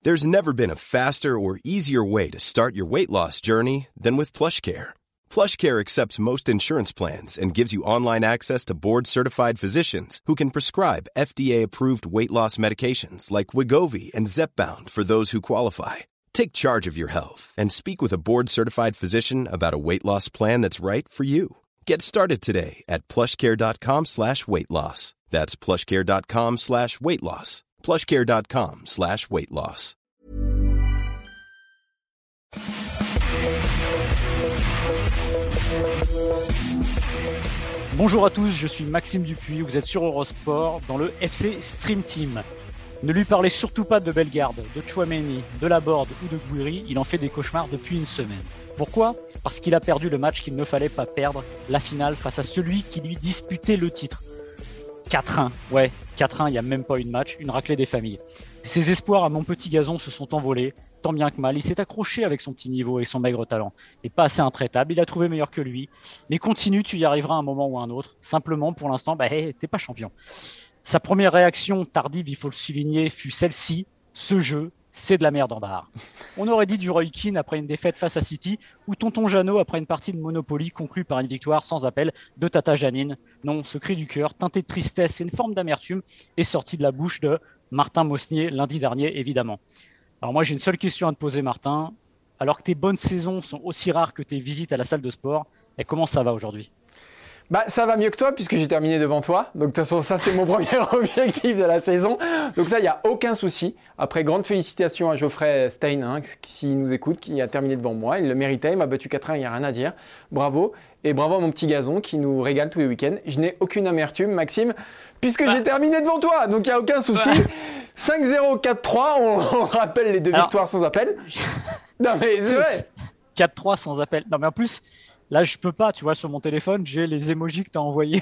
There's never been a faster or easier way to start your weight loss journey than with PlushCare. PlushCare accepts most insurance plans and gives you online access to board-certified physicians who can prescribe FDA-approved weight loss medications like Wegovy and Zepbound for those who qualify. Take charge of your health and speak with a board-certified physician about a weight loss plan that's right for you. Get started today at plushcare.com/weightloss. That's plushcare.com/weightloss. plushcare.com/weightloss. Bonjour à tous, je suis Maxime Dupuis, vous êtes sur Eurosport dans le FC Stream Team. Ne lui parlez surtout pas de Bellegarde, de Tchouaméni, de Laborde ou de Gouiri, il en fait des cauchemars depuis une semaine. Pourquoi ? Parce qu'il a perdu le match qu'il ne fallait pas perdre, la finale face à celui qui lui disputait le titre. 4-1, ouais, 4-1, il n'y a même pas eu de match, une raclée des familles. Ses espoirs à mon petit gazon se sont envolés, tant bien que mal, il s'est accroché avec son petit niveau et son maigre talent. Et pas assez intraitable, il a trouvé meilleur que lui. Mais continue, tu y arriveras un moment ou un autre. Simplement, pour l'instant, t'es pas champion. Sa première réaction tardive, il faut le souligner, fut celle-ci. Ce jeu, c'est de la merde en barre. On aurait dit du Roy Keane après une défaite face à City ou Tonton Jeannot après une partie de Monopoly conclue par une victoire sans appel de Tata Janine. Non, ce cri du cœur, teinté de tristesse et une forme d'amertume, est sorti de la bouche de Martin Mosnier lundi dernier, évidemment. Alors moi, j'ai une seule question à te poser, Martin. Alors que tes bonnes saisons sont aussi rares que tes visites à la salle de sport, et comment ça va aujourd'hui ? Ça va mieux que toi puisque j'ai terminé devant toi. Donc de toute façon, ça c'est mon premier objectif de la saison. Donc ça, il n'y a aucun souci. Après, grande félicitations à Geoffrey Stein, s'il nous écoute, qui a terminé devant moi. Il le méritait, il m'a battu 4-1, il n'y a rien à dire. Bravo. Et bravo à mon petit gazon qui nous régale tous les week-ends. Je n'ai aucune amertume, Maxime, puisque j'ai terminé devant toi. Donc il n'y a aucun souci. 5-0, 4-3, on rappelle les deux victoires sans appel. Non mais c'est vrai. 4-3 sans appel. Non mais en plus... Là, je peux pas, tu vois, sur mon téléphone, j'ai les emojis que tu as envoyés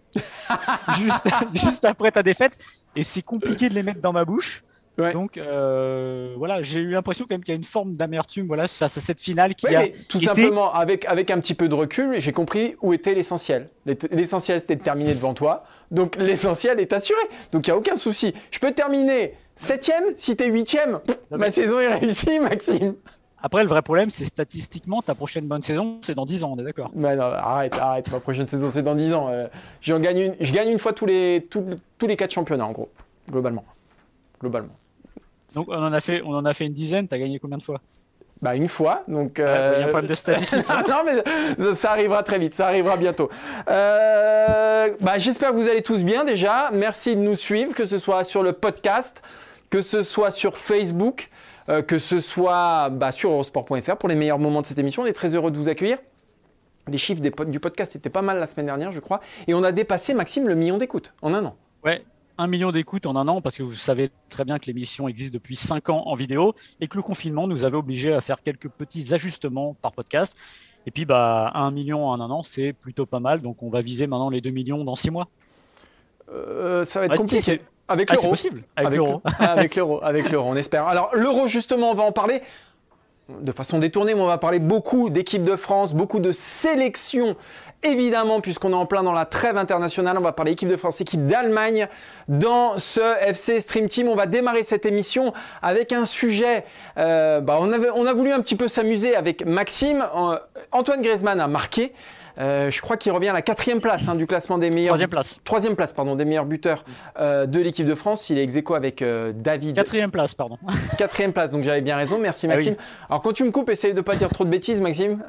juste après ta défaite. Et c'est compliqué de les mettre dans ma bouche. Ouais. Donc, voilà, j'ai eu l'impression quand même qu'il y a une forme d'amertume face à cette finale qui a tout simplement, avec un petit peu de recul, j'ai compris où était l'essentiel. L'essentiel, c'était de terminer devant toi. Donc, l'essentiel est assuré. Donc, il n'y a aucun souci. Je peux terminer 7e si tu es 8e. Ma saison est réussie, Maxime. Après, le vrai problème, c'est statistiquement, ta prochaine bonne saison, c'est dans 10 ans, on est d'accord ? Mais non, arrête. Ma prochaine saison, c'est dans 10 ans. Je gagne une fois tous les 4 championnats, en gros, globalement. Donc, on en a fait une dizaine. Tu as gagné combien de fois ? Une fois. Donc, il y a un problème de statistique. Non, mais ça arrivera très vite. Ça arrivera bientôt. J'espère que vous allez tous bien déjà. Merci de nous suivre, que ce soit sur le podcast, que ce soit sur Facebook. Que ce soit sur eurosport.fr pour les meilleurs moments de cette émission. On est très heureux de vous accueillir. Les chiffres du podcast étaient pas mal la semaine dernière, je crois. Et on a dépassé, Maxime, le 1 million d'écoutes en un an. Ouais, 1 million d'écoutes en un an, parce que vous savez très bien que l'émission existe depuis 5 ans en vidéo et que le confinement nous avait obligés à faire quelques petits ajustements par podcast. Et puis, 1 million en un an, c'est plutôt pas mal. Donc, on va viser maintenant les 2 millions dans 6 mois. Ça va être compliqué. Avec l'euro. C'est possible. Avec l'euro. Avec l'euro, on espère. Alors, l'euro, justement, on va en parler de façon détournée, mais on va parler beaucoup d'équipe de France, beaucoup de sélections, évidemment, puisqu'on est en plein dans la trêve internationale. On va parler équipe de France, équipe d'Allemagne dans ce FC Stream Team. On va démarrer cette émission avec un sujet. On a voulu un petit peu s'amuser avec Maxime. Antoine Griezmann a marqué. Je crois qu'il revient à la 4e place du classement des meilleurs. 3e place, des meilleurs buteurs de l'équipe de France. Il est ex-aequo avec David. 4e place, pardon. 4e place, donc j'avais bien raison. Merci Maxime. Oui. Alors quand tu me coupes, essaye de ne pas dire trop de bêtises, Maxime.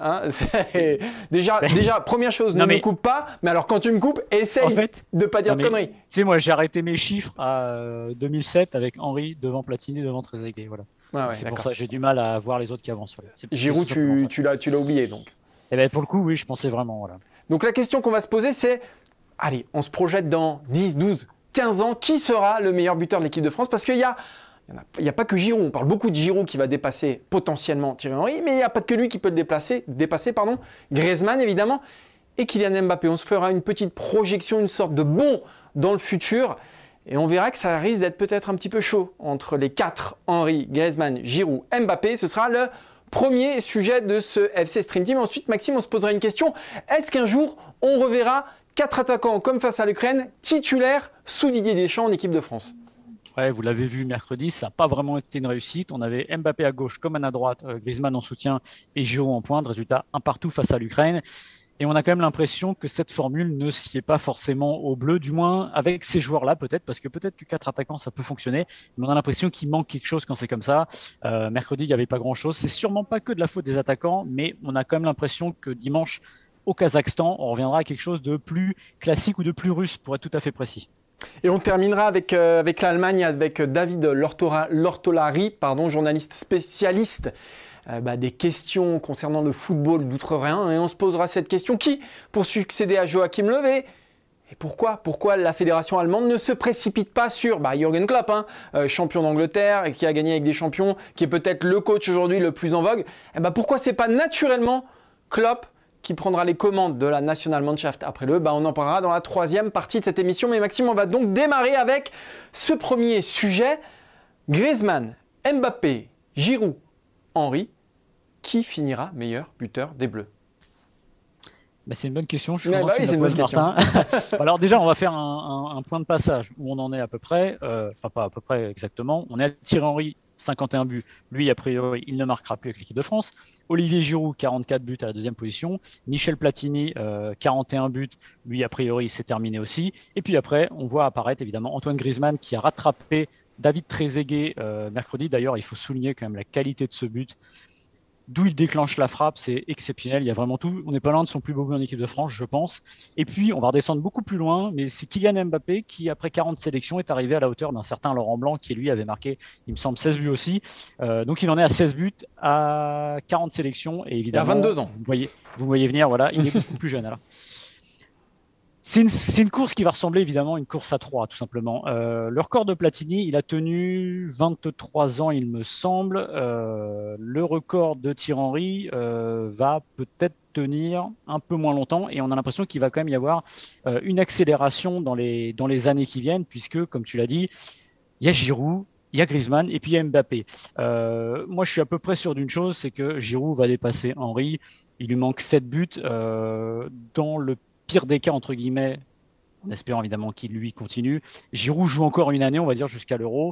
Déjà, première chose, ne me coupe pas. Mais alors quand tu me coupes, essaye de ne pas dire de conneries. Tu sais, moi j'ai arrêté mes chiffres à 2007 avec Henry devant Platini, devant Trezeguet. Voilà. C'est pour ça que j'ai du mal à voir les autres qui avancent. Giroud, tu l'as oublié donc. Pour le coup, oui, je pensais vraiment. Voilà. Donc la question qu'on va se poser, c'est, allez, on se projette dans 10, 12, 15 ans, qui sera le meilleur buteur de l'équipe de France ? Parce qu'il y a pas que Giroud, on parle beaucoup de Giroud qui va dépasser potentiellement Thierry Henry, mais il n'y a pas que lui qui peut le dépasser, Griezmann évidemment, et Kylian Mbappé. On se fera une petite projection, une sorte de bond dans le futur, et on verra que ça risque d'être peut-être un petit peu chaud entre les 4, Henry, Griezmann, Giroud, Mbappé. Ce sera le premier sujet de ce FC Stream Team. Ensuite, Maxime, on se posera une question. Est-ce qu'un jour, on reverra 4 attaquants comme face à l'Ukraine, titulaires sous Didier Deschamps en équipe de France ? Ouais, vous l'avez vu mercredi, ça n'a pas vraiment été une réussite. On avait Mbappé à gauche, Coman à droite, Griezmann en soutien et Giroud en pointe. Résultat, un partout face à l'Ukraine. Et on a quand même l'impression que cette formule ne sied pas forcément au bleu, du moins avec ces joueurs-là peut-être, parce que peut-être que 4 attaquants, ça peut fonctionner. Mais on a l'impression qu'il manque quelque chose quand c'est comme ça. Mercredi, il n'y avait pas grand-chose. C'est sûrement pas que de la faute des attaquants, mais on a quand même l'impression que dimanche, au Kazakhstan, on reviendra à quelque chose de plus classique ou de plus russe, pour être tout à fait précis. Et on terminera avec l'Allemagne, avec David Lortolari, journaliste spécialiste des questions concernant le football d'outre-Rhin. Et on se posera cette question, qui pour succéder à Joachim Löw? Et pourquoi la fédération allemande ne se précipite pas sur Jürgen Klopp, champion d'Angleterre, et qui a gagné avec des champions, qui est peut-être le coach aujourd'hui le plus en vogue. Pourquoi c'est pas naturellement Klopp qui prendra les commandes de la Nationalmannschaft après le? On en parlera dans la 3e partie de cette émission. Mais Maxime, on va donc démarrer avec ce premier sujet. Griezmann, Mbappé, Giroud, Henry. Qui finira meilleur buteur des Bleus? C'est une bonne question. Je suis content que tu me la poses, Martin. Alors déjà, on va faire un point de passage où on en est à peu près. Enfin, pas à peu près exactement. On est à Thierry Henry, 51 buts. Lui, a priori, il ne marquera plus avec l'équipe de France. Olivier Giroud, 44 buts à la 2e position. Michel Platini, 41 buts. Lui, a priori, c'est terminé aussi. Et puis après, on voit apparaître évidemment Antoine Griezmann qui a rattrapé David Trezeguet mercredi. D'ailleurs, il faut souligner quand même la qualité de ce but. D'où il déclenche la frappe, c'est exceptionnel. Il y a vraiment tout. On n'est pas loin de son plus beau but en équipe de France, je pense. Et puis, on va redescendre beaucoup plus loin, mais c'est Kylian Mbappé qui, après 40 sélections, est arrivé à la hauteur d'un certain Laurent Blanc qui, lui, avait marqué, il me semble, 16 buts aussi. Donc, il en est à 16 buts, à 40 sélections. Et évidemment, il a 22 ans. Vous voyez venir, voilà, il est beaucoup plus jeune. Alors. C'est une course qui va ressembler évidemment à une course à 3, tout simplement. Le record de Platini, il a tenu 23 ans, il me semble. Le record de Thierry Henry va peut-être tenir un peu moins longtemps et on a l'impression qu'il va quand même y avoir une accélération dans les années qui viennent, puisque, comme tu l'as dit, il y a Giroud, il y a Griezmann et puis il y a Mbappé. Moi, je suis à peu près sûr d'une chose, c'est que Giroud va dépasser Henry. Il lui manque 7 buts. Dans le pire des cas, entre guillemets, en espérant évidemment qu'il lui continue. Giroud joue encore une année, on va dire, jusqu'à l'Euro.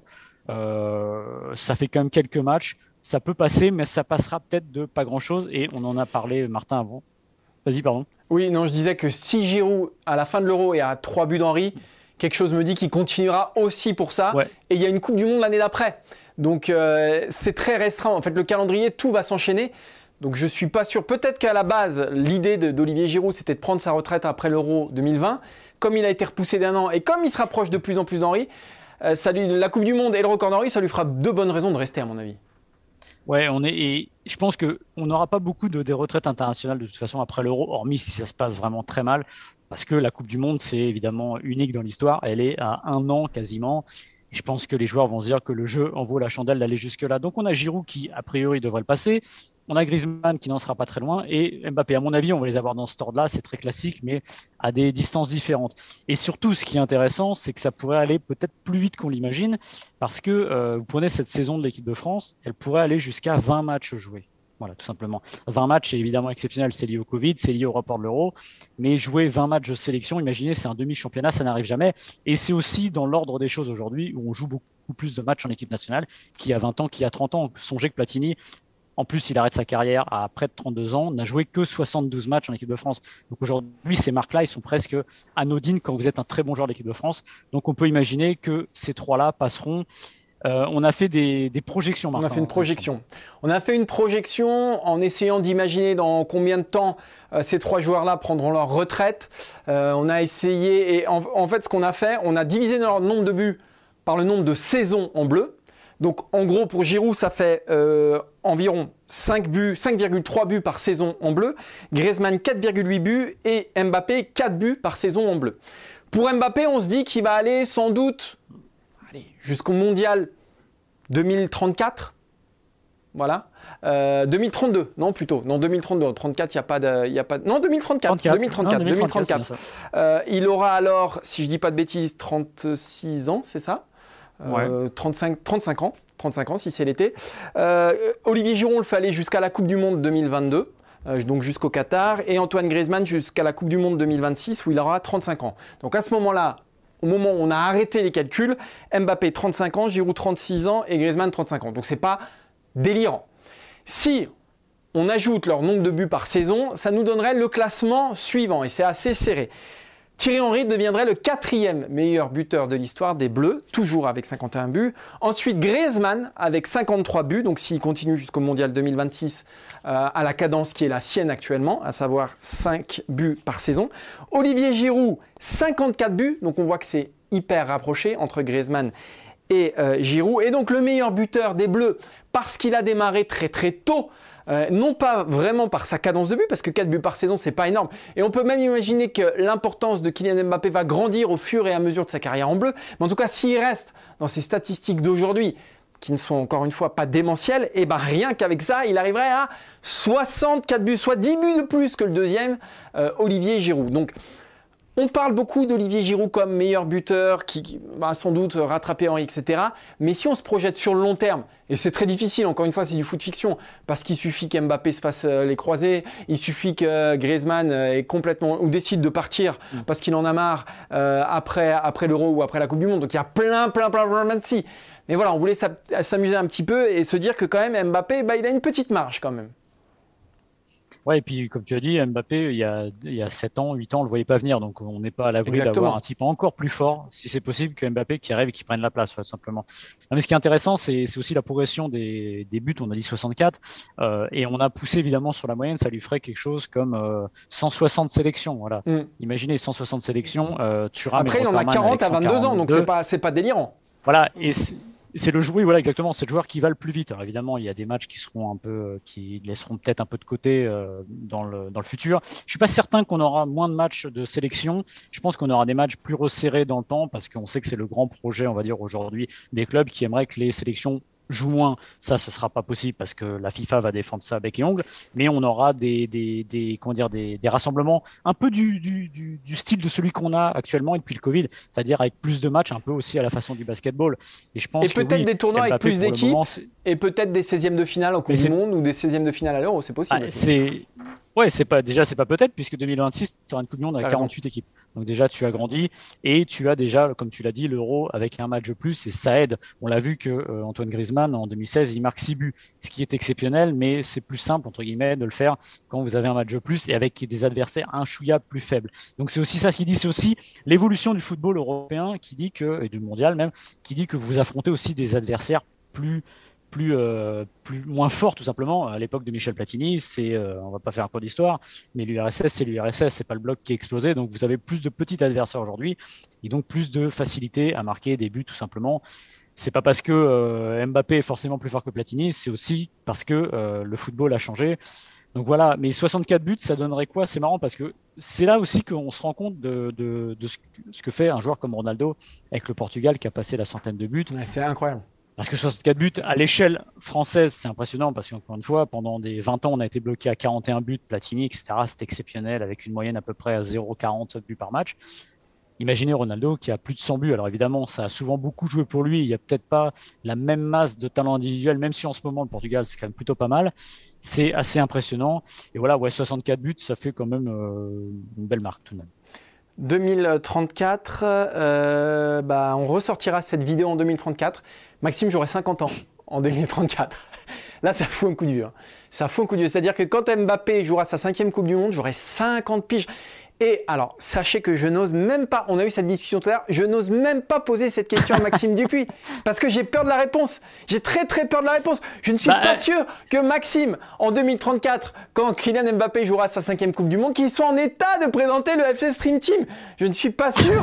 Ça fait quand même quelques matchs. Ça peut passer, mais ça passera peut-être de pas grand-chose. Et on en a parlé, Martin, avant. Vas-y, pardon. Oui, non, je disais que si Giroud, à la fin de l'Euro, est à 3 buts d'Henry, quelque chose me dit qu'il continuera aussi pour ça. Ouais. Et il y a une Coupe du Monde l'année d'après. Donc, c'est très restreint. En fait, le calendrier, tout va s'enchaîner. Donc je ne suis pas sûr. Peut-être qu'à la base, l'idée d'Olivier Giroud, c'était de prendre sa retraite après l'Euro 2020. Comme il a été repoussé d'1 an et comme il se rapproche de plus en plus d'Henry, la Coupe du Monde et le record d'Henry, ça lui fera 2 bonnes raisons de rester, à mon avis. Ouais, et je pense qu'on n'aura pas beaucoup des retraites internationales de toute façon après l'Euro, hormis si ça se passe vraiment très mal. Parce que la Coupe du Monde, c'est évidemment unique dans l'histoire. Elle est à 1 an quasiment. Et je pense que les joueurs vont se dire que le jeu en vaut la chandelle d'aller jusque-là. Donc on a Giroud qui, a priori, devrait le passer. On a Griezmann qui n'en sera pas très loin et Mbappé. À mon avis, on va les avoir dans ce ordre-là. C'est très classique, mais à des distances différentes. Et surtout, ce qui est intéressant, c'est que ça pourrait aller peut-être plus vite qu'on l'imagine parce que vous prenez cette saison de l'équipe de France, elle pourrait aller jusqu'à 20 matchs joués. Voilà, tout simplement. 20 matchs, c'est évidemment exceptionnel. C'est lié au Covid, c'est lié au report de l'Euro. Mais jouer 20 matchs de sélection, imaginez, c'est un demi-championnat, ça n'arrive jamais. Et c'est aussi dans l'ordre des choses aujourd'hui où on joue beaucoup plus de matchs en équipe nationale qu'il y a 20 ans, qu'il y a 30 ans. Songez que Platini, en plus, il arrête sa carrière à près de 32 ans, n'a joué que 72 matchs en équipe de France. Donc aujourd'hui, ces marques-là, ils sont presque anodines quand vous êtes un très bon joueur de l'équipe de France. Donc on peut imaginer que ces trois-là passeront. On a fait des projections, Martin. On a fait une projection en essayant d'imaginer dans combien de temps ces 3 joueurs-là prendront leur retraite. On a essayé, et en fait, ce qu'on a fait, on a divisé leur nombre de buts par le nombre de saisons en bleu. Donc, en gros, pour Giroud, ça fait environ 5,3 buts par saison en bleu. Griezmann, 4,8 buts et Mbappé, 4 buts par saison en bleu. Pour Mbappé, on se dit qu'il va aller sans doute jusqu'au mondial 2034. Voilà. 2032, non plutôt. Non, 2032. 34, il n'y a pas de... Non, 2034. 2034. Il aura alors, si je ne dis pas de bêtises, 36 ans, c'est ça ? Ouais. 35 ans si c'est l'été. Olivier Giroud, on le fait aller jusqu'à la Coupe du Monde 2022, donc jusqu'au Qatar, et Antoine Griezmann jusqu'à la Coupe du Monde 2026 où il aura 35 ans. Donc à ce moment-là, au moment où on a arrêté les calculs, Mbappé 35 ans, Giroud 36 ans et Griezmann 35 ans. Donc c'est pas délirant. Si on ajoute leur nombre de buts par saison, ça nous donnerait le classement suivant et c'est assez serré. Thierry Henry deviendrait le 4e meilleur buteur de l'histoire des Bleus, toujours avec 51 buts. Ensuite, Griezmann avec 53 buts, donc s'il continue jusqu'au Mondial 2026 à la cadence qui est la sienne actuellement, à savoir 5 buts par saison. Olivier Giroud, 54 buts, donc on voit que c'est hyper rapproché entre Griezmann et Giroud. Et donc le meilleur buteur des Bleus, parce qu'il a démarré très très tôt, non pas vraiment par sa cadence de but, parce que 4 buts par saison, c'est pas énorme. Et on peut même imaginer que l'importance de Kylian Mbappé va grandir au fur et à mesure de sa carrière en bleu. Mais en tout cas, s'il reste dans ses statistiques d'aujourd'hui, qui ne sont encore une fois pas démentielles, et ben rien qu'avec ça, il arriverait à 64 buts, soit 10 buts de plus que le deuxième, Olivier Giroud. Donc, on parle beaucoup d'Olivier Giroud comme meilleur buteur, qui va sans doute rattraper Henry, etc. Mais si on se projette sur le long terme, et c'est très difficile, encore une fois, c'est du foot fiction, parce qu'il suffit qu'Mbappé se fasse les croisés, il suffit que Griezmann est complètement, ou décide de partir parce qu'il en a marre après l'Euro ou après la Coupe du Monde. Donc il y a plein de si. Mais voilà, on voulait s'amuser un petit peu et se dire que quand même Mbappé, il a une petite marge quand même. Ouais, et puis comme tu as dit, Mbappé, il y a 7 ans, 8 ans, on le voyait pas venir. Donc on n'est pas à l'abri d'avoir un type encore plus fort, si c'est possible, que Mbappé qui arrive et qui prenne la place, tout simplement. Non, mais ce qui est intéressant, c'est aussi la progression des buts. On a dit 64. Et on a poussé évidemment sur la moyenne, ça lui ferait quelque chose comme 160 sélections. Voilà. Imaginez 160 sélections. Thuram Après, il en a 40 à 22 ans, donc c'est pas délirant. Voilà, et c'est le joueur, voilà exactement, c'est le joueur qui va le plus vite. Alors évidemment, il y a des matchs qui seront qui laisseront peut-être un peu de côté dans le futur. Je suis pas certain qu'on aura moins de matchs de sélection. Je pense qu'on aura des matchs plus resserrés dans le temps parce qu'on sait que c'est le grand projet, on va dire aujourd'hui, des clubs qui aimeraient que les sélections jouent moins. Ça, ce sera pas possible parce que la FIFA va défendre ça bec et ongle. Mais on aura des rassemblements un peu du style de celui qu'on a actuellement et depuis le Covid, c'est-à-dire avec plus de matchs, un peu aussi à la façon du basketball. Et je pense peut-être des tournois avec plus d'équipes et peut-être des 16e de finale en Coupe du Monde ou des 16e de finale à l'Euro, c'est possible. Ouais, c'est pas peut-être puisque 2026 tu auras une Coupe du Monde avec 48 équipes. Donc déjà tu as grandi et tu as déjà, comme tu l'as dit, l'Euro avec un match de plus et ça aide. On l'a vu que Antoine Griezmann en 2016 il marque 6 buts, ce qui est exceptionnel, mais c'est plus simple entre guillemets de le faire quand vous avez un match de plus et avec des adversaires un chouïa plus faibles. Donc c'est aussi ça ce qu'il dit, c'est aussi l'évolution du football européen qui dit que, et du mondial même, qui dit que vous affrontez aussi des adversaires moins fort tout simplement. À l'époque de Michel Platini, on va pas faire un cours d'histoire, mais l'URSS c'est l'URSS, c'est pas le bloc qui est explosé, donc vous avez plus de petits adversaires aujourd'hui et donc plus de facilité à marquer des buts tout simplement. C'est pas parce que Mbappé est forcément plus fort que Platini, c'est aussi parce que le football a changé. Donc voilà, mais 64 buts, ça donnerait quoi? C'est marrant parce que c'est là aussi qu'on se rend compte de ce que fait un joueur comme Ronaldo avec le Portugal qui a passé la centaine de buts. Ouais, c'est incroyable. Parce que 64 buts, à l'échelle française, c'est impressionnant parce qu'encore une fois, pendant des 20 ans, on a été bloqué à 41 buts, Platini, etc. C'est exceptionnel avec une moyenne à peu près à 0,40 buts par match. Imaginez Ronaldo qui a plus de 100 buts. Alors évidemment, ça a souvent beaucoup joué pour lui. Il n'y a peut-être pas la même masse de talent individuel, même si en ce moment, le Portugal, c'est quand même plutôt pas mal. C'est assez impressionnant. Et voilà, 64 buts, ça fait quand même une belle marque tout de même. 2034, on ressortira cette vidéo en 2034. Maxime, j'aurai 50 ans en 2034. Là, ça fout un coup de vieux. Ça fout un coup de vieux. C'est-à-dire que quand Mbappé jouera sa 5e Coupe du Monde, j'aurai 50 piges. Et alors, sachez que je n'ose même pas, on a eu cette discussion tout à l'heure, je n'ose même pas poser cette question à Maxime Dupuis parce que j'ai peur de la réponse. J'ai très très peur de la réponse. Je ne suis pas sûr que Maxime, en 2034, quand Kylian Mbappé jouera sa 5e Coupe du Monde, qu'il soit en état de présenter le FC Stream Team. Je ne suis pas sûr.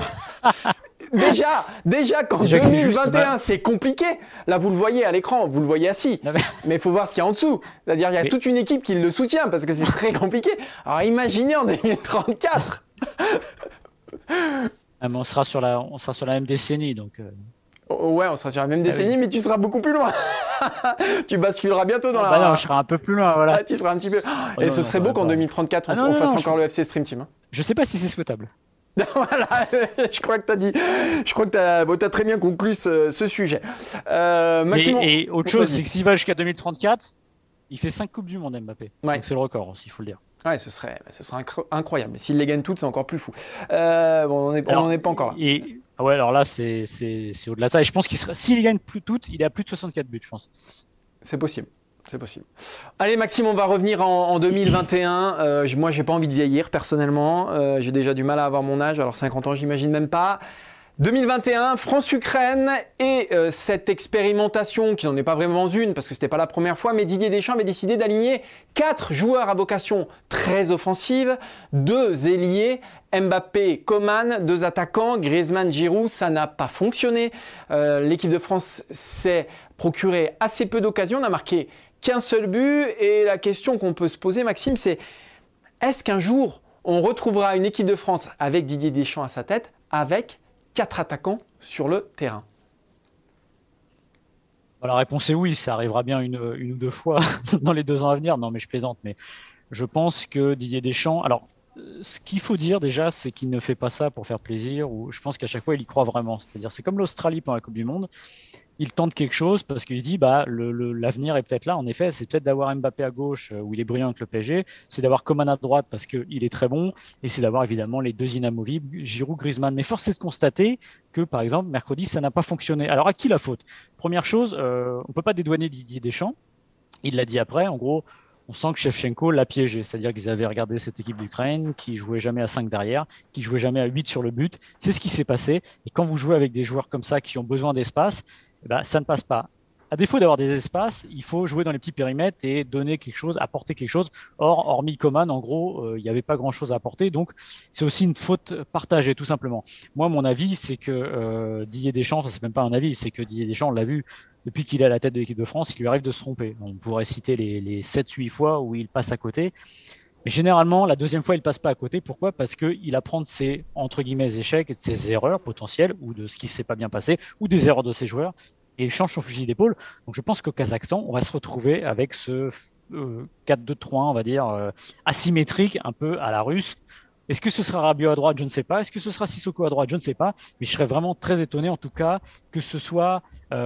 Déjà qu'en 2021, c'est compliqué. Là, vous le voyez à l'écran, vous le voyez assis. Mais il faut voir ce qu'il y a en dessous. C'est-à-dire qu'il y a toute une équipe qui le soutient parce que c'est très compliqué. Alors imaginez en 2034. Mais on sera sur la même décennie. Donc Ouais, on sera sur la même décennie, mais tu seras beaucoup plus loin. Tu basculeras bientôt dans la... Non, je serai un peu plus loin, voilà. Tu seras un petit peu... Et ce serait beau qu'en 2034, on fasse encore le FC Stream Team. Je sais pas si c'est souhaitable. Voilà, je crois que tu as très bien conclu ce sujet. Maxime, et autre chose, c'est que s'il va jusqu'à 2034, il fait 5 Coupes du Monde, Mbappé. Ouais. Donc c'est le record aussi, il faut le dire. Ouais, ce serait incroyable. S'il les gagne toutes, c'est encore plus fou. On n'en est pas encore là. Ah ouais, alors là, c'est au-delà de ça. Et je pense s'il gagne toutes, il est à plus de 64 buts, je pense. C'est possible. C'est possible. Allez Maxime, on va revenir en 2021. Moi, j'ai pas envie de vieillir personnellement. J'ai déjà du mal à avoir mon âge. Alors 50 ans, j'imagine même pas. 2021, France-Ukraine et cette expérimentation, qui n'en est pas vraiment une parce que c'était pas la première fois, mais Didier Deschamps avait décidé d'aligner 4 joueurs à vocation très offensive, 2 ailiers, Mbappé, Coman, 2 attaquants, Griezmann, Giroud, ça n'a pas fonctionné. L'équipe de France s'est procuré assez peu d'occasions, n'a marqué qu'un seul but et la question qu'on peut se poser, Maxime, c'est est-ce qu'un jour on retrouvera une équipe de France avec Didier Deschamps à sa tête, avec 4 attaquants sur le terrain? La réponse est oui, ça arrivera bien une ou deux fois dans les 2 ans à venir. Non, mais je plaisante, mais je pense que Didier Deschamps. Alors, ce qu'il faut dire déjà, c'est qu'il ne fait pas ça pour faire plaisir, ou je pense qu'à chaque fois, il y croit vraiment. C'est-à-dire, c'est comme l'Australie pendant la Coupe du Monde. Il tente quelque chose parce qu'il se dit l'avenir est peut-être là. En effet, c'est peut-être d'avoir Mbappé à gauche où il est brillant avec le PSG, c'est d'avoir Coman à droite parce qu'il est très bon, et c'est d'avoir évidemment les 2 inamovibles, Giroud, Griezmann. Mais force est de constater que, par exemple, mercredi, ça n'a pas fonctionné. Alors, à qui la faute? Première chose, on ne peut pas dédouaner Didier Deschamps. Il l'a dit après, en gros, on sent que Shevchenko l'a piégé. C'est-à-dire qu'ils avaient regardé cette équipe d'Ukraine qui jouait jamais à 5 derrière, qui jouait jamais à 8 sur le but. C'est ce qui s'est passé. Et quand vous jouez avec des joueurs comme ça qui ont besoin d'espace, ça ne passe pas. À défaut d'avoir des espaces, il faut jouer dans les petits périmètres et donner quelque chose, apporter quelque chose. Or, hormis Coman, en gros, il n'y avait pas grand-chose à apporter. Donc, c'est aussi une faute partagée, tout simplement. Moi, mon avis, c'est que Didier Deschamps, c'est même pas un avis, c'est que Didier Deschamps, on l'a vu depuis qu'il est à la tête de l'équipe de France, il lui arrive de se tromper. On pourrait citer les 7-8 fois où il passe à côté. Mais généralement, la deuxième fois, il passe pas à côté. Pourquoi? Parce qu'il apprend de ses, entre guillemets, échecs et de ses erreurs potentielles, ou de ce qui s'est pas bien passé, ou des erreurs de ses joueurs, et il change son fusil d'épaule. Donc je pense qu'au Kazakhstan, on va se retrouver avec ce 4-2-3-1, on va dire, asymétrique, un peu à la russe. Est-ce que ce sera Rabiot à droite? Je ne sais pas. Est-ce que ce sera Sissoko à droite? Je ne sais pas. Mais je serais vraiment très étonné, en tout cas, que ce soit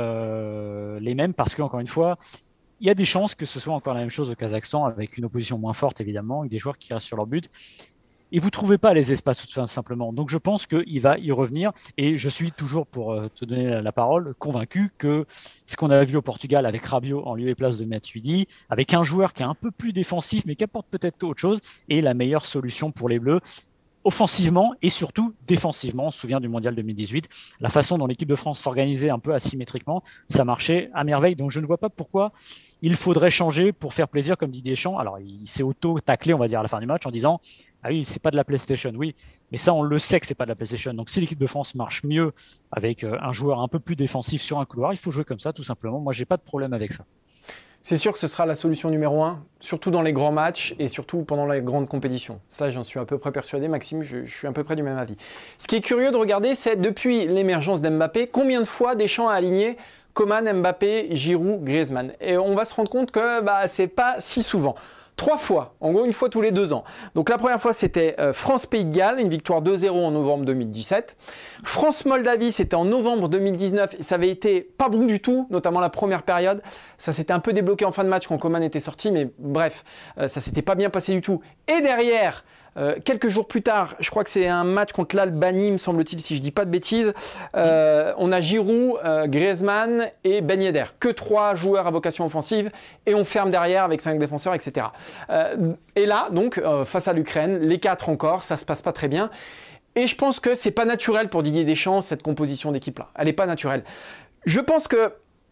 les mêmes, parce que, encore une fois, il y a des chances que ce soit encore la même chose au Kazakhstan, avec une opposition moins forte, évidemment, avec des joueurs qui restent sur leur but. Et vous ne trouvez pas les espaces, tout simplement. Donc, je pense qu'il va y revenir. Et je suis toujours, pour te donner la parole, convaincu que ce qu'on a vu au Portugal avec Rabiot en lieu et place de Matuidi, avec un joueur qui est un peu plus défensif, mais qui apporte peut-être autre chose, est la meilleure solution pour les Bleus, offensivement et surtout défensivement. On se souvient du Mondial 2018. La façon dont l'équipe de France s'organisait un peu asymétriquement, ça marchait à merveille. Donc, je ne vois pas pourquoi il faudrait changer pour faire plaisir, comme dit Deschamps. Alors, il s'est auto-taclé, on va dire, à la fin du match en disant « Ah oui, c'est pas de la PlayStation. » Oui, mais ça, on le sait que c'est pas de la PlayStation. Donc, si l'équipe de France marche mieux avec un joueur un peu plus défensif sur un couloir, il faut jouer comme ça, tout simplement. Moi, j'ai pas de problème avec ça. C'est sûr que ce sera la solution numéro 1, surtout dans les grands matchs et surtout pendant les grandes compétitions. Ça, j'en suis à peu près persuadé, Maxime, je suis à peu près du même avis. Ce qui est curieux de regarder, c'est depuis l'émergence d'Mbappé, combien de fois Deschamps a aligné Coman, Mbappé, Giroud, Griezmann. Et on va se rendre compte que c'est pas si souvent. 3 fois, en gros une fois tous les 2 ans. Donc la première fois c'était France-Pays de Galles, une victoire 2-0 en novembre 2017. France-Moldavie c'était en novembre 2019 et ça avait été pas bon du tout, notamment la première période. Ça s'était un peu débloqué en fin de match quand Coman était sorti, mais bref, ça s'était pas bien passé du tout. Et derrière, quelques jours plus tard, je crois que c'est un match contre l'Albanie, me semble-t-il, si je dis pas de bêtises, on a Giroud, Griezmann et Ben Yedder. Que 3 joueurs à vocation offensive et on ferme derrière avec 5 défenseurs, etc. Et là, donc, face à l'Ukraine, les 4 encore, ça se passe pas très bien. Et je pense que c'est pas naturel pour Didier Deschamps, cette composition d'équipe-là. Elle est pas naturelle. Je pense que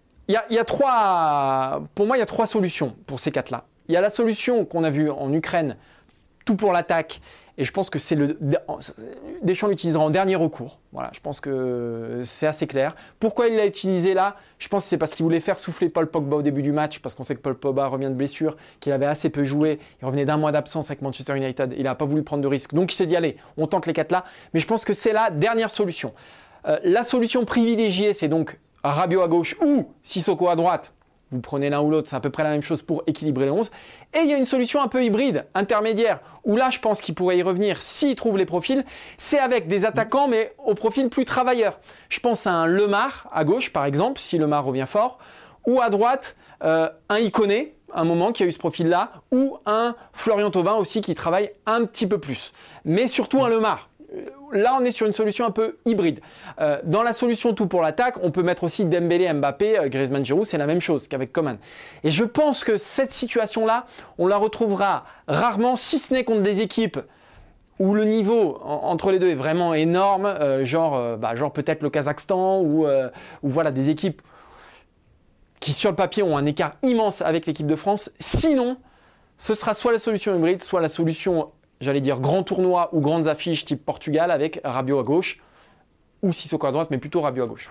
pour moi, il y a 3 solutions pour ces 4-là. Il y a la solution qu'on a vue en Ukraine, tout pour l'attaque, et je pense que Deschamps l'utilisera en dernier recours. Voilà, je pense que c'est assez clair. Pourquoi il l'a utilisé là? Je pense que c'est parce qu'il voulait faire souffler Paul Pogba au début du match, parce qu'on sait que Paul Pogba revient de blessure, qu'il avait assez peu joué, il revenait d'un mois d'absence avec Manchester United, il n'a pas voulu prendre de risque, donc il s'est dit allez, on tente les 4 là, mais je pense que c'est la dernière solution. La solution privilégiée, c'est donc Rabiot à gauche ou Sissoko à droite. Vous prenez l'un ou l'autre, c'est à peu près la même chose pour équilibrer les 11. Et il y a une solution un peu hybride, intermédiaire, où là, je pense qu'il pourrait y revenir s'il trouve les profils. C'est avec des attaquants, mais au profil plus travailleur. Je pense à un Lemar à gauche, par exemple, si Lemar revient fort, ou à droite, un Ikoné, un moment qui a eu ce profil-là, ou un Florian Thauvin aussi qui travaille un petit peu plus. Mais surtout un Lemar. là, on est sur une solution un peu hybride. Dans la solution tout pour l'attaque, on peut mettre aussi Dembélé, Mbappé, Griezmann, Giroud, c'est la même chose qu'avec Coman. Et je pense que cette situation-là, on la retrouvera rarement, si ce n'est contre des équipes où le niveau entre les deux est vraiment énorme, genre peut-être le Kazakhstan ou voilà, des équipes qui sur le papier ont un écart immense avec l'équipe de France. Sinon, ce sera soit la solution hybride, soit la solution, j'allais dire, grand tournoi ou grandes affiches type Portugal avec Rabiot à gauche ou Sissoko à droite, mais plutôt Rabiot à gauche.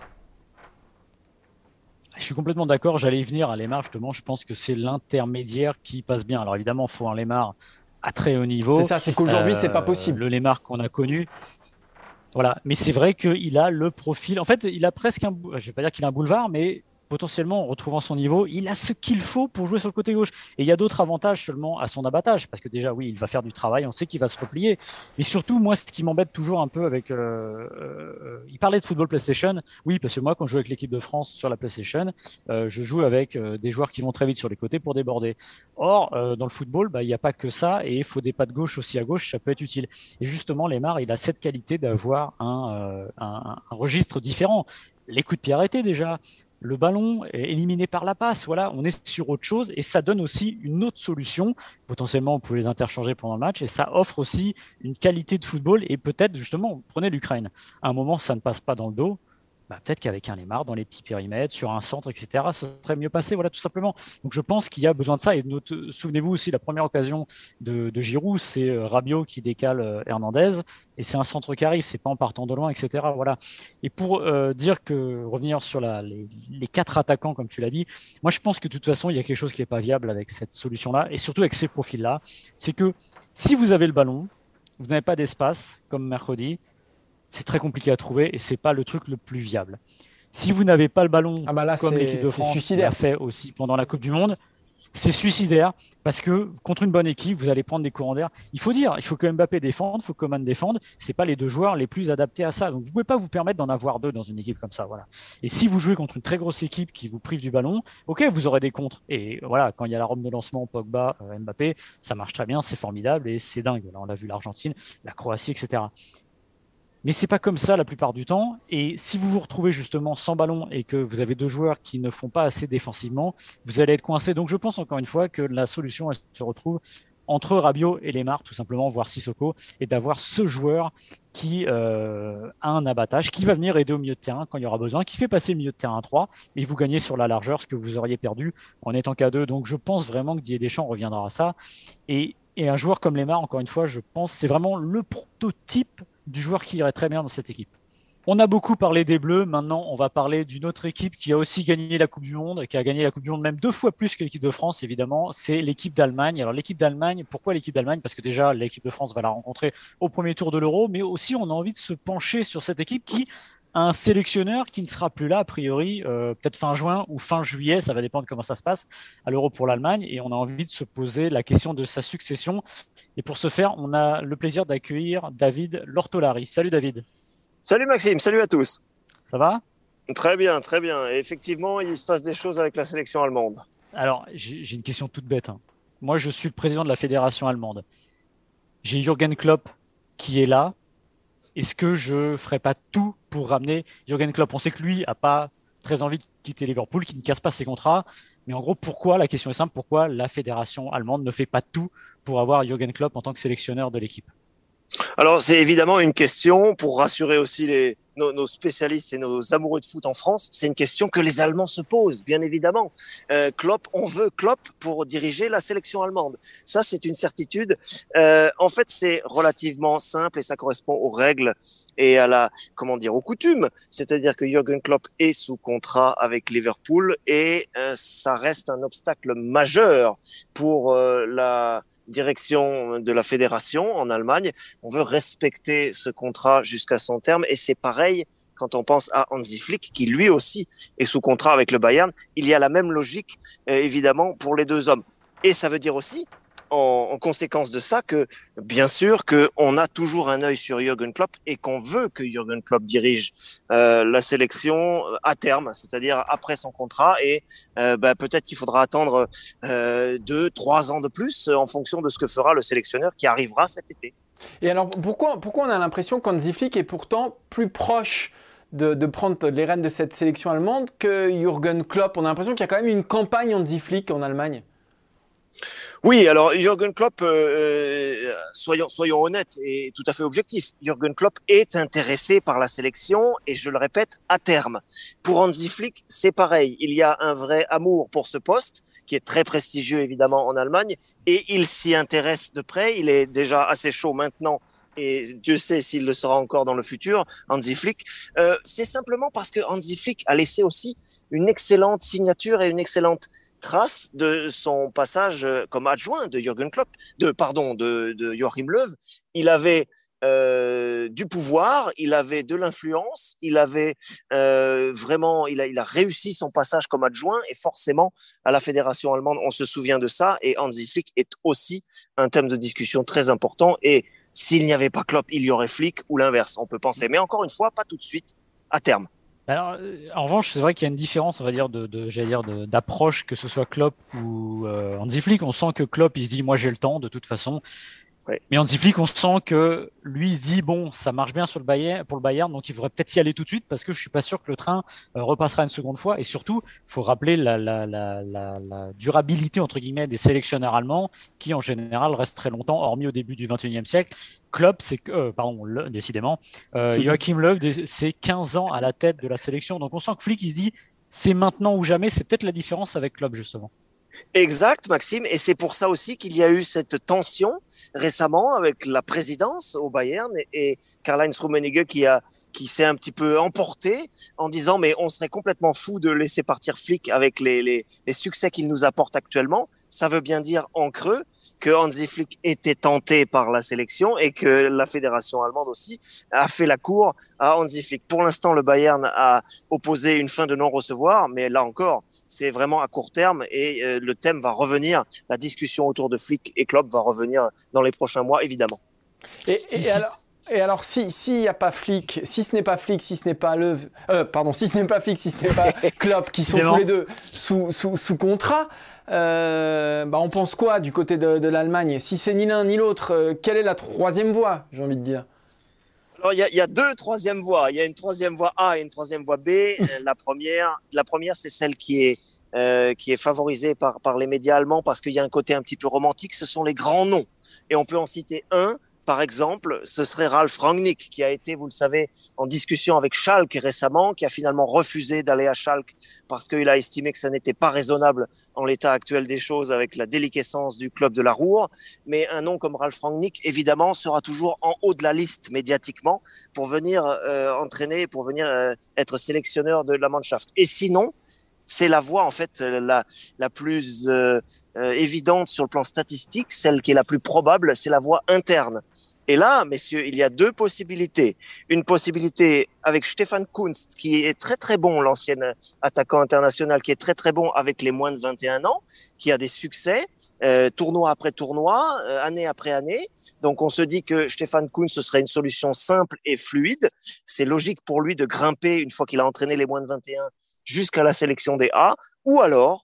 Je suis complètement d'accord, j'allais y venir à Lemar justement, je pense que c'est l'intermédiaire qui passe bien. Alors évidemment, il faut un Lemar à très haut niveau. C'est ça, c'est qu'aujourd'hui, c'est pas possible. Le Lemar qu'on a connu. Voilà, mais c'est vrai qu'il a le profil. En fait, il a presque je ne vais pas dire qu'il a un boulevard, mais potentiellement, en retrouvant son niveau, il a ce qu'il faut pour jouer sur le côté gauche. Et il y a d'autres avantages seulement à son abattage, parce que déjà, oui, il va faire du travail, on sait qu'il va se replier. Mais surtout, moi, ce qui m'embête toujours un peu avec... il parlait de football PlayStation. Oui, parce que moi, quand je joue avec l'équipe de France sur la PlayStation, je joue avec des joueurs qui vont très vite sur les côtés pour déborder. Or, dans le football, il n'y a pas que ça, et il faut des pas de gauche aussi à gauche, ça peut être utile. Et justement, Lemar, il a cette qualité d'avoir un registre différent. Les coups de pied arrêtés déjà, le ballon est éliminé par la passe, voilà, on est sur autre chose et ça donne aussi une autre solution. Potentiellement, on peut les interchanger pendant le match et ça offre aussi une qualité de football et peut-être justement, prenez l'Ukraine. À un moment, ça ne passe pas dans le dos. Peut-être qu'avec un Lemar dans les petits périmètres, sur un centre, etc., ça serait mieux passé, voilà, tout simplement. Donc je pense qu'il y a besoin de ça. Et souvenez-vous aussi, la première occasion de Giroud, c'est Rabiot qui décale Hernandez, et c'est un centre qui arrive, c'est pas en partant de loin, etc. Voilà. Et pour revenir sur les 4 attaquants, comme tu l'as dit, moi je pense que de toute façon, il y a quelque chose qui n'est pas viable avec cette solution-là, et surtout avec ces profils-là, c'est que si vous avez le ballon, vous n'avez pas d'espace, comme mercredi, c'est très compliqué à trouver et c'est pas le truc le plus viable. Si vous n'avez pas le ballon, comme l'équipe de France l'a fait aussi pendant la Coupe du Monde, c'est suicidaire parce que contre une bonne équipe, vous allez prendre des courants d'air. Il faut que Mbappé défende, il faut que Coman défende. C'est pas les deux joueurs les plus adaptés à ça. Donc vous pouvez pas vous permettre d'en avoir 2 dans une équipe comme ça. Voilà. Et si vous jouez contre une très grosse équipe qui vous prive du ballon, ok, vous aurez des contres. Et voilà, quand il y a la rampe de lancement Pogba, Mbappé, ça marche très bien, c'est formidable et c'est dingue. Là, on l'a vu l'Argentine, la Croatie, etc. Mais c'est pas comme ça la plupart du temps. Et si vous vous retrouvez justement sans ballon et que vous avez 2 joueurs qui ne font pas assez défensivement, vous allez être coincé. Donc je pense encore une fois que la solution elle se retrouve entre Rabiot et Lemar, tout simplement, voire Sissoko, et d'avoir ce joueur qui a un abattage, qui va venir aider au milieu de terrain quand il y aura besoin, qui fait passer le milieu de terrain à 3, et vous gagnez sur la largeur ce que vous auriez perdu en étant qu'à 2. Donc je pense vraiment que Didier Deschamps reviendra à ça. Et un joueur comme Lemar, encore une fois, je pense c'est vraiment le prototype du joueur qui irait très bien dans cette équipe. On a beaucoup parlé des Bleus, maintenant on va parler d'une autre équipe qui a aussi gagné la Coupe du Monde, qui a gagné la Coupe du Monde même 2 fois plus que l'équipe de France évidemment, c'est l'équipe d'Allemagne. Alors l'équipe d'Allemagne, pourquoi l'équipe d'Allemagne? Parce que déjà l'équipe de France va la rencontrer au premier tour de l'Euro, mais aussi on a envie de se pencher sur cette équipe qui a un sélectionneur qui ne sera plus là a priori, peut-être fin juin ou fin juillet, ça va dépendre de comment ça se passe à l'Euro pour l'Allemagne, et on a envie de se poser la question de sa succession. Et pour ce faire, on a le plaisir d'accueillir David Lortolari. Salut David. Salut Maxime, salut à tous. Ça va ? Très bien, très bien. Et effectivement, il se passe des choses avec la sélection allemande. Alors, j'ai une question toute bête. Moi, je suis le président de la fédération allemande. J'ai Jürgen Klopp qui est là. Est-ce que je ne ferais pas tout pour ramener Jürgen Klopp? On sait que lui n'a pas très envie de quitter Liverpool, qu'il ne casse pas ses contrats. Mais en gros, pourquoi, la question est simple, pourquoi la fédération allemande ne fait pas tout pour avoir Jürgen Klopp en tant que sélectionneur de l'équipe? Alors, c'est évidemment une question pour rassurer aussi nos spécialistes et nos amoureux de foot en France. C'est une question que les Allemands se posent, bien évidemment. Klopp, on veut Klopp pour diriger la sélection allemande. Ça, c'est une certitude. En fait, c'est relativement simple et ça correspond aux règles et aux coutumes. C'est-à-dire que Jürgen Klopp est sous contrat avec Liverpool et ça reste un obstacle majeur pour la direction de la fédération en Allemagne. On veut respecter ce contrat jusqu'à son terme et c'est pareil quand on pense à Hansi Flick qui lui aussi est sous contrat avec le Bayern. Il y a la même logique évidemment pour les 2 hommes. Et ça veut dire aussi en conséquence de ça que bien sûr qu'on a toujours un œil sur Jürgen Klopp et qu'on veut que Jürgen Klopp dirige la sélection à terme, c'est-à-dire après son contrat et peut-être qu'il faudra attendre 2-3 ans de plus en fonction de ce que fera le sélectionneur qui arrivera cet été. Et alors, pourquoi on a l'impression qu'Hansi Flick est pourtant plus proche de prendre les rênes de cette sélection allemande que Jürgen Klopp? On a l'impression qu'il y a quand même une campagne Hansi Flick en Allemagne. Oui, alors Jürgen Klopp, soyons honnêtes et tout à fait objectifs. Jürgen Klopp est intéressé par la sélection et je le répète, à terme. Pour Hansi Flick, c'est pareil. Il y a un vrai amour pour ce poste qui est très prestigieux évidemment en Allemagne et il s'y intéresse de près. Il est déjà assez chaud maintenant et Dieu sait s'il le sera encore dans le futur, Hansi Flick. C'est simplement parce que Hansi Flick a laissé aussi une excellente signature et une excellente trace de son passage comme adjoint de Jürgen Klopp, de Joachim Löw. Il avait du pouvoir, il avait de l'influence, il avait vraiment, il a réussi son passage comme adjoint et forcément à la fédération allemande, on se souvient de ça et Hansi Flick est aussi un thème de discussion très important et s'il n'y avait pas Klopp, il y aurait Flick ou l'inverse, on peut penser. Mais encore une fois, pas tout de suite, à terme. Alors, en revanche, c'est vrai qu'il y a une différence, on va dire, d'approche, que ce soit Klopp ou Hansi Flick. On sent que Klopp, il se dit, moi j'ai le temps, de toute façon. Ouais. Mais Hansi Flick, on sent que lui, il se dit, bon, ça marche bien pour le Bayern, donc il faudrait peut-être y aller tout de suite parce que je suis pas sûr que le train repassera une seconde fois. Et surtout, il faut rappeler la durabilité, entre guillemets, des sélectionneurs allemands qui, en général, restent très longtemps, hormis au début du 21e siècle. Klopp, décidément, Joachim Löw, c'est 15 ans à la tête de la sélection. Donc on sent que Flick, il se dit, c'est maintenant ou jamais. C'est peut-être la différence avec Klopp, justement. Exact, Maxime, et c'est pour ça aussi qu'il y a eu cette tension récemment avec la présidence au Bayern et Karl-Heinz Rummenigge qui s'est un petit peu emporté en disant mais on serait complètement fou de laisser partir Flick avec les succès qu'il nous apporte actuellement. Ça veut bien dire en creux que Hansi Flick était tenté par la sélection et que la fédération allemande aussi a fait la cour à Hansi Flick. Pour l'instant, le Bayern a opposé une fin de non-recevoir, mais là encore, c'est vraiment à court terme et le thème va revenir, la discussion autour de Flick et Klopp va revenir dans les prochains mois, évidemment. Et alors, s'il n'y a pas Flick, si ce n'est pas Flick, si ce n'est pas si ce n'est pas Flick, si ce n'est pas Klopp, qui sont tous les deux sous contrat, on pense quoi du côté de l'Allemagne? Si c'est ni l'un ni l'autre, quelle est la troisième voie, j'ai envie de dire? Alors, il y a deux troisièmes voies. Il y a une troisième voie A et une troisième voie B. La première, c'est celle qui est favorisée par les médias allemands parce qu'il y a un côté un petit peu romantique. Ce sont les grands noms. Et on peut en citer un. Par exemple, ce serait Ralf Rangnick qui a été, vous le savez, en discussion avec Schalke récemment, qui a finalement refusé d'aller à Schalke parce qu'il a estimé que ça n'était pas raisonnable en l'état actuel des choses avec la déliquescence du club de la Ruhr. Mais un nom comme Ralf Rangnick, évidemment, sera toujours en haut de la liste médiatiquement pour venir entraîner, pour venir être sélectionneur de la Mannschaft. Et sinon, c'est la voie en fait la plus évidente sur le plan statistique, celle qui est la plus probable, c'est la voie interne. Et là, messieurs, il y a deux possibilités. Une possibilité avec Stefan Kunst, qui est très très bon, l'ancien attaquant international, qui est très très bon avec les moins de 21 ans, qui a des succès, tournoi après tournoi, année après année. Donc on se dit que Stefan Kunst, ce serait une solution simple et fluide. C'est logique pour lui de grimper, une fois qu'il a entraîné les moins de 21, jusqu'à la sélection des A, ou alors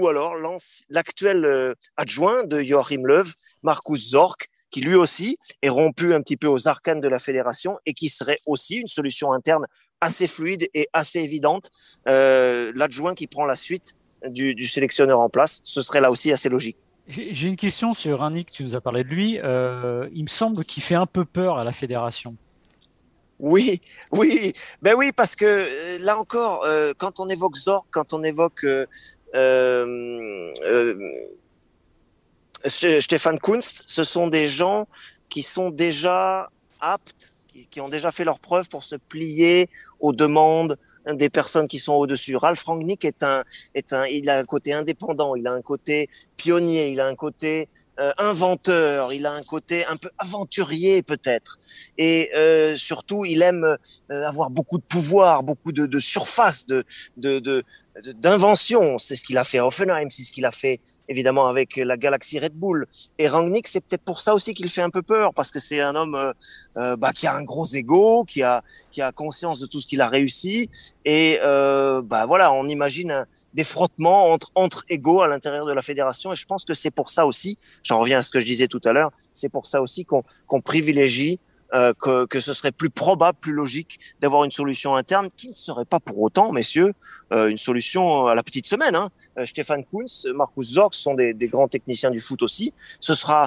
l'actuel adjoint de Joachim Löw, Markus Zorc, qui lui aussi est rompu un petit peu aux arcanes de la fédération et qui serait aussi une solution interne assez fluide et assez évidente. L'adjoint qui prend la suite du sélectionneur en place, ce serait là aussi assez logique. J'ai une question sur Rangnick, tu nous as parlé de lui. Il me semble qu'il fait un peu peur à la fédération. Oui, parce que là encore, quand on évoque Zorc, quand on évoque Stefan Kunst, ce sont des gens qui sont déjà aptes, qui ont déjà fait leurs preuves pour se plier aux demandes des personnes qui sont au-dessus. Ralf Rangnick il a un côté indépendant, il a un côté pionnier, il a un côté inventeur, il a un côté un peu aventurier peut-être, et surtout il aime avoir beaucoup de pouvoir, beaucoup de surface, d'invention. C'est ce qu'il a fait à Hoffenheim, c'est ce qu'il a fait évidemment avec la galaxie Red Bull. Et Rangnick, c'est peut-être pour ça aussi qu'il fait un peu peur, parce que c'est un homme qui a un gros ego, qui a conscience de tout ce qu'il a réussi. Et voilà, on imagine des frottements entre égos à l'intérieur de la fédération. Et je pense que c'est pour ça aussi, j'en reviens à ce que je disais tout à l'heure, c'est pour ça aussi qu'on privilégie que ce serait plus probable, plus logique d'avoir une solution interne qui ne serait pas pour autant, messieurs, une solution à la petite semaine. Stefan Kuntz, Markus Zorc sont des grands techniciens du foot aussi. Ce seraient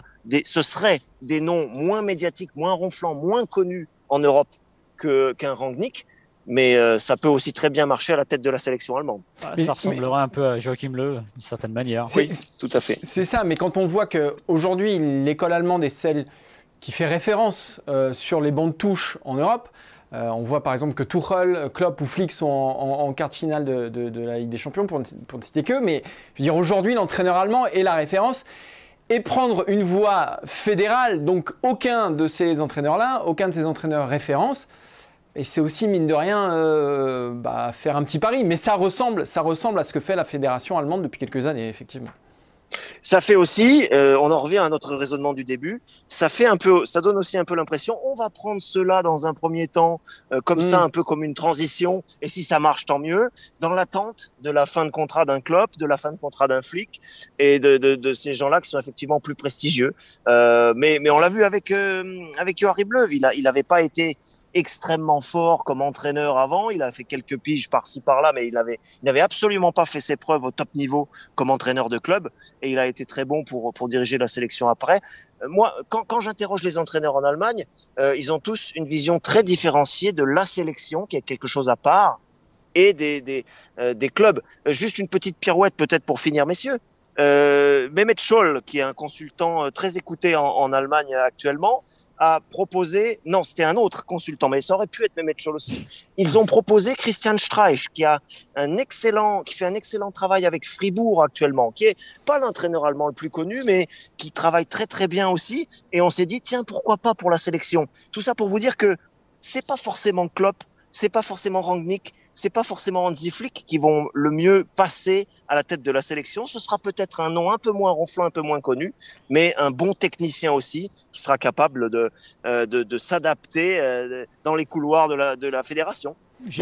des noms moins médiatiques, moins ronflants, moins connus en Europe qu'un Rangnick. Mais ça peut aussi très bien marcher à la tête de la sélection allemande. Ça ressemblerait un peu à Joachim Löw, d'une certaine manière. Oui, tout à fait. C'est ça, mais quand on voit qu'aujourd'hui, l'école allemande est celle qui fait référence sur les bancs de touche en Europe, on voit par exemple que Tuchel, Klopp ou Flick sont en quart de finale de la Ligue des Champions, pour ne citer que. Mais je veux dire, aujourd'hui, l'entraîneur allemand est la référence. Et prendre une voie fédérale, donc aucun de ces entraîneurs-là, aucun de ces entraîneurs références, et c'est aussi, mine de rien, faire un petit pari. Mais ça ressemble à ce que fait la fédération allemande depuis quelques années, effectivement. Ça fait aussi, on en revient à notre raisonnement du début, ça donne aussi un peu l'impression, on va prendre cela dans un premier temps, comme ça, un peu comme une transition, et si ça marche, tant mieux, dans l'attente de la fin de contrat d'un Klopp, de la fin de contrat d'un Flick, et de ces gens-là qui sont effectivement plus prestigieux. Mais on l'a vu avec Joachim Löw, il n'avait pas été extrêmement fort comme entraîneur avant. Il a fait quelques piges par-ci par-là, mais il n'avait absolument pas fait ses preuves au top niveau comme entraîneur de club. Et il a été très bon pour diriger la sélection après. Moi, quand j'interroge les entraîneurs en Allemagne, ils ont tous une vision très différenciée de la sélection, qui est quelque chose à part, et des clubs. Juste une petite pirouette peut-être pour finir, messieurs. Mehmet Scholl, qui est un consultant très écouté en Allemagne actuellement, a proposé, non, c'était un autre consultant, mais ça aurait pu être Mehmet Scholl aussi. Ils ont proposé Christian Streich, qui fait un excellent travail avec Fribourg actuellement, qui est pas l'entraîneur allemand le plus connu, mais qui travaille très très bien aussi. Et on s'est dit, tiens, pourquoi pas pour la sélection? Tout ça pour vous dire que c'est pas forcément Klopp, c'est pas forcément Rangnick, c'est pas forcément Hansi Flick qui vont le mieux passer à la tête de la sélection. Ce sera peut-être un nom un peu moins ronflant, un peu moins connu, mais un bon technicien aussi qui sera capable de s'adapter dans les couloirs de la fédération.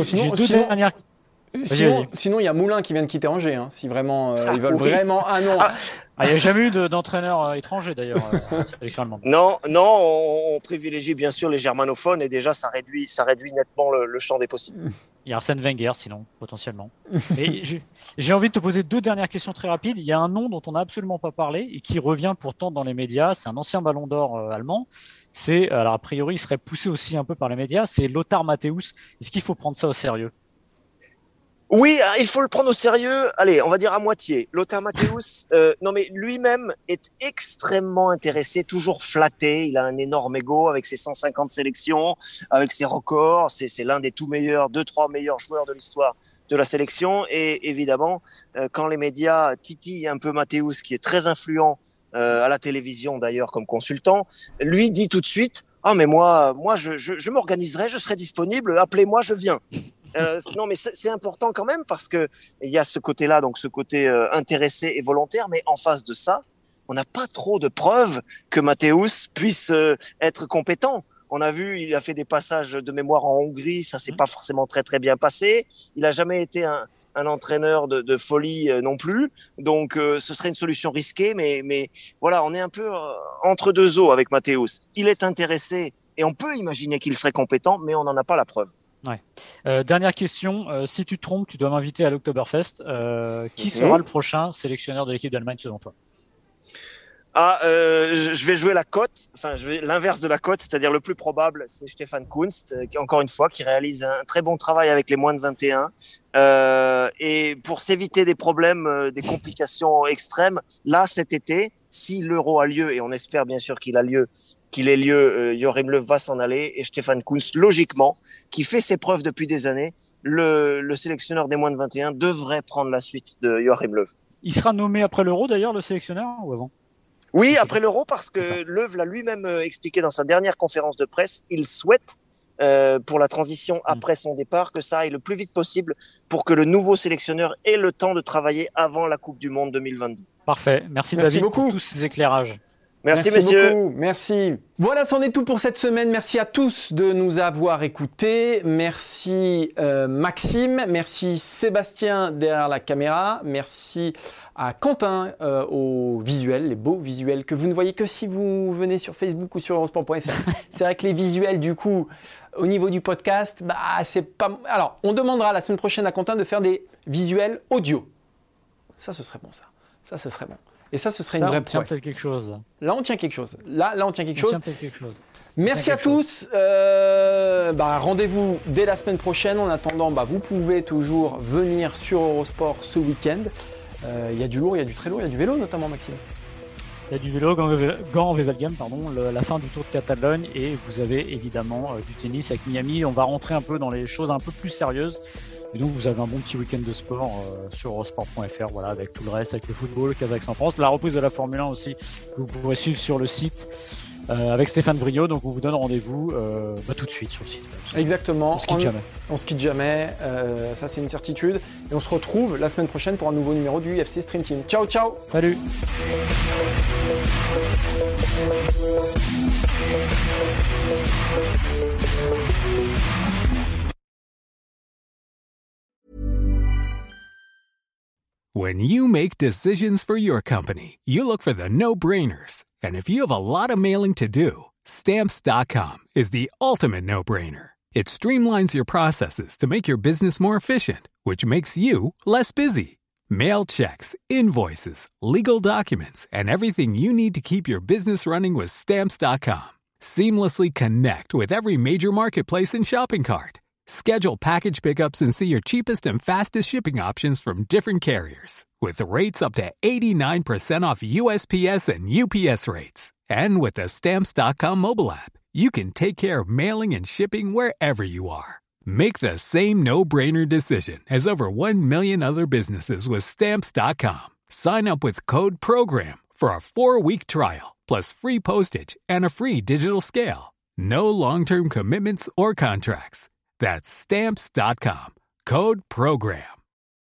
Sinon, il y a Moulin qui vient de quitter Angers, si vraiment ils veulent vraiment un nom. Il n'y a jamais eu d'entraîneur étranger d'ailleurs. Non, on privilégie bien sûr les germanophones et déjà ça réduit nettement le champ des possibles. Il y a Arsène Wenger sinon, potentiellement. Et j'ai envie de te poser 2 dernières questions très rapides. Il y a un nom dont on n'a absolument pas parlé et qui revient pourtant dans les médias. C'est un ancien ballon d'or allemand. Alors a priori, il serait poussé aussi un peu par les médias. C'est Lothar Matthäus. Est-ce qu'il faut prendre ça au sérieux ? Oui, il faut le prendre au sérieux. Allez, on va dire à moitié. Lothar Matthäus, non mais lui-même est extrêmement intéressé, toujours flatté. Il a un énorme ego avec ses 150 sélections, avec ses records. C'est l'un des tout meilleurs, 2-3 meilleurs joueurs de l'histoire de la sélection. Et évidemment, quand les médias titillent un peu Matthäus, qui est très influent à la télévision d'ailleurs comme consultant, lui dit tout de suite, mais moi je m'organiserai, je serai disponible. Appelez-moi, je viens. Non, mais c'est important quand même parce que il y a ce côté-là, donc ce côté intéressé et volontaire, mais en face de ça, on n'a pas trop de preuves que Matthäus puisse être compétent. On a vu, il a fait des passages de mémoire en Hongrie, ça s'est pas forcément très très bien passé. Il a jamais été un entraîneur de folie non plus, donc ce serait une solution risquée, mais voilà, on est un peu entre deux eaux avec Matthäus. Il est intéressé et on peut imaginer qu'il serait compétent, mais on n'en a pas la preuve. Ouais. Dernière question, si tu te trompes, tu dois m'inviter à l'Oktoberfest. Qui sera le prochain sélectionneur de l'équipe d'Allemagne selon toi ? Je vais jouer la cote, je vais l'inverse de la cote, c'est-à-dire le plus probable, c'est Stefan Kuntz, qui encore une fois, qui réalise un très bon travail avec les moins de 21. Et pour s'éviter des problèmes, des complications extrêmes, là, cet été, si l'Euro a lieu, et on espère bien sûr qu'il ait lieu, Joachim Löw va s'en aller, et Stefan Kuntz, logiquement, qui fait ses preuves depuis des années, le sélectionneur des moins de 21 devrait prendre la suite de Joachim Löw. Il sera nommé après l'Euro d'ailleurs, le sélectionneur, ou avant ? Oui, après l'Euro, parce que Löw l'a lui-même expliqué dans sa dernière conférence de presse, il souhaite, pour la transition après son départ, que ça aille le plus vite possible pour que le nouveau sélectionneur ait le temps de travailler avant la Coupe du Monde 2022. Parfait. Merci David beaucoup pour tous ces éclairages. Merci messieurs. Beaucoup. Merci. Voilà, c'en est tout pour cette semaine. Merci à tous de nous avoir écoutés. Merci Maxime. Merci Sébastien derrière la caméra. Merci à Quentin aux visuels, les beaux visuels que vous ne voyez que si vous venez sur Facebook ou sur eurosport.fr. C'est vrai que les visuels, du coup, au niveau du podcast, c'est pas... Alors, on demandera la semaine prochaine à Quentin de faire des visuels audio. Ça, ce serait bon, ça. Ça, ce serait bon. Et ça, ce serait une vraie prouesse. On tient peut-être quelque chose. Là, on tient quelque chose. Là, on tient quelque chose. Merci à chose. tous. Rendez-vous dès la semaine prochaine. En attendant, vous pouvez toujours venir sur Eurosport ce week-end. Il y a du lourd, il y a du très lourd, il y a du vélo notamment, Maxime. Il y a du vélo, Gand Wevelgem, la fin du Tour de Catalogne, et vous avez évidemment du tennis avec Miami. On va rentrer un peu dans les choses un peu plus sérieuses. Et donc vous avez un bon petit week-end de sport sur eurosport.fr, voilà, avec tout le reste, avec le football, le Kazakhstan en France, la reprise de la Formule 1 aussi, que vous pourrez suivre sur le site avec Stéphane Vriot. Donc on vous donne rendez-vous tout de suite sur le site. Exactement. On se quitte jamais. Ça c'est une certitude. Et on se retrouve la semaine prochaine pour un nouveau numéro du UFC Stream Team. Ciao, ciao. Salut. When you make decisions for your company, you look for the no-brainers. And if you have a lot of mailing to do, Stamps.com is the ultimate no-brainer. It streamlines your processes to make your business more efficient, which makes you less busy. Mail checks, invoices, legal documents, and everything you need to keep your business running with Stamps.com. Seamlessly connect with every major marketplace and shopping cart. Schedule package pickups and see your cheapest and fastest shipping options from different carriers. With rates up to 89% off USPS and UPS rates. And with the Stamps.com mobile app, you can take care of mailing and shipping wherever you are. Make the same no-brainer decision as over 1 million other businesses with Stamps.com. Sign up with code PROGRAM for a 4-week trial, plus free postage and a free digital scale. No long-term commitments or contracts. That's Stamps.com. Code PROGRAM.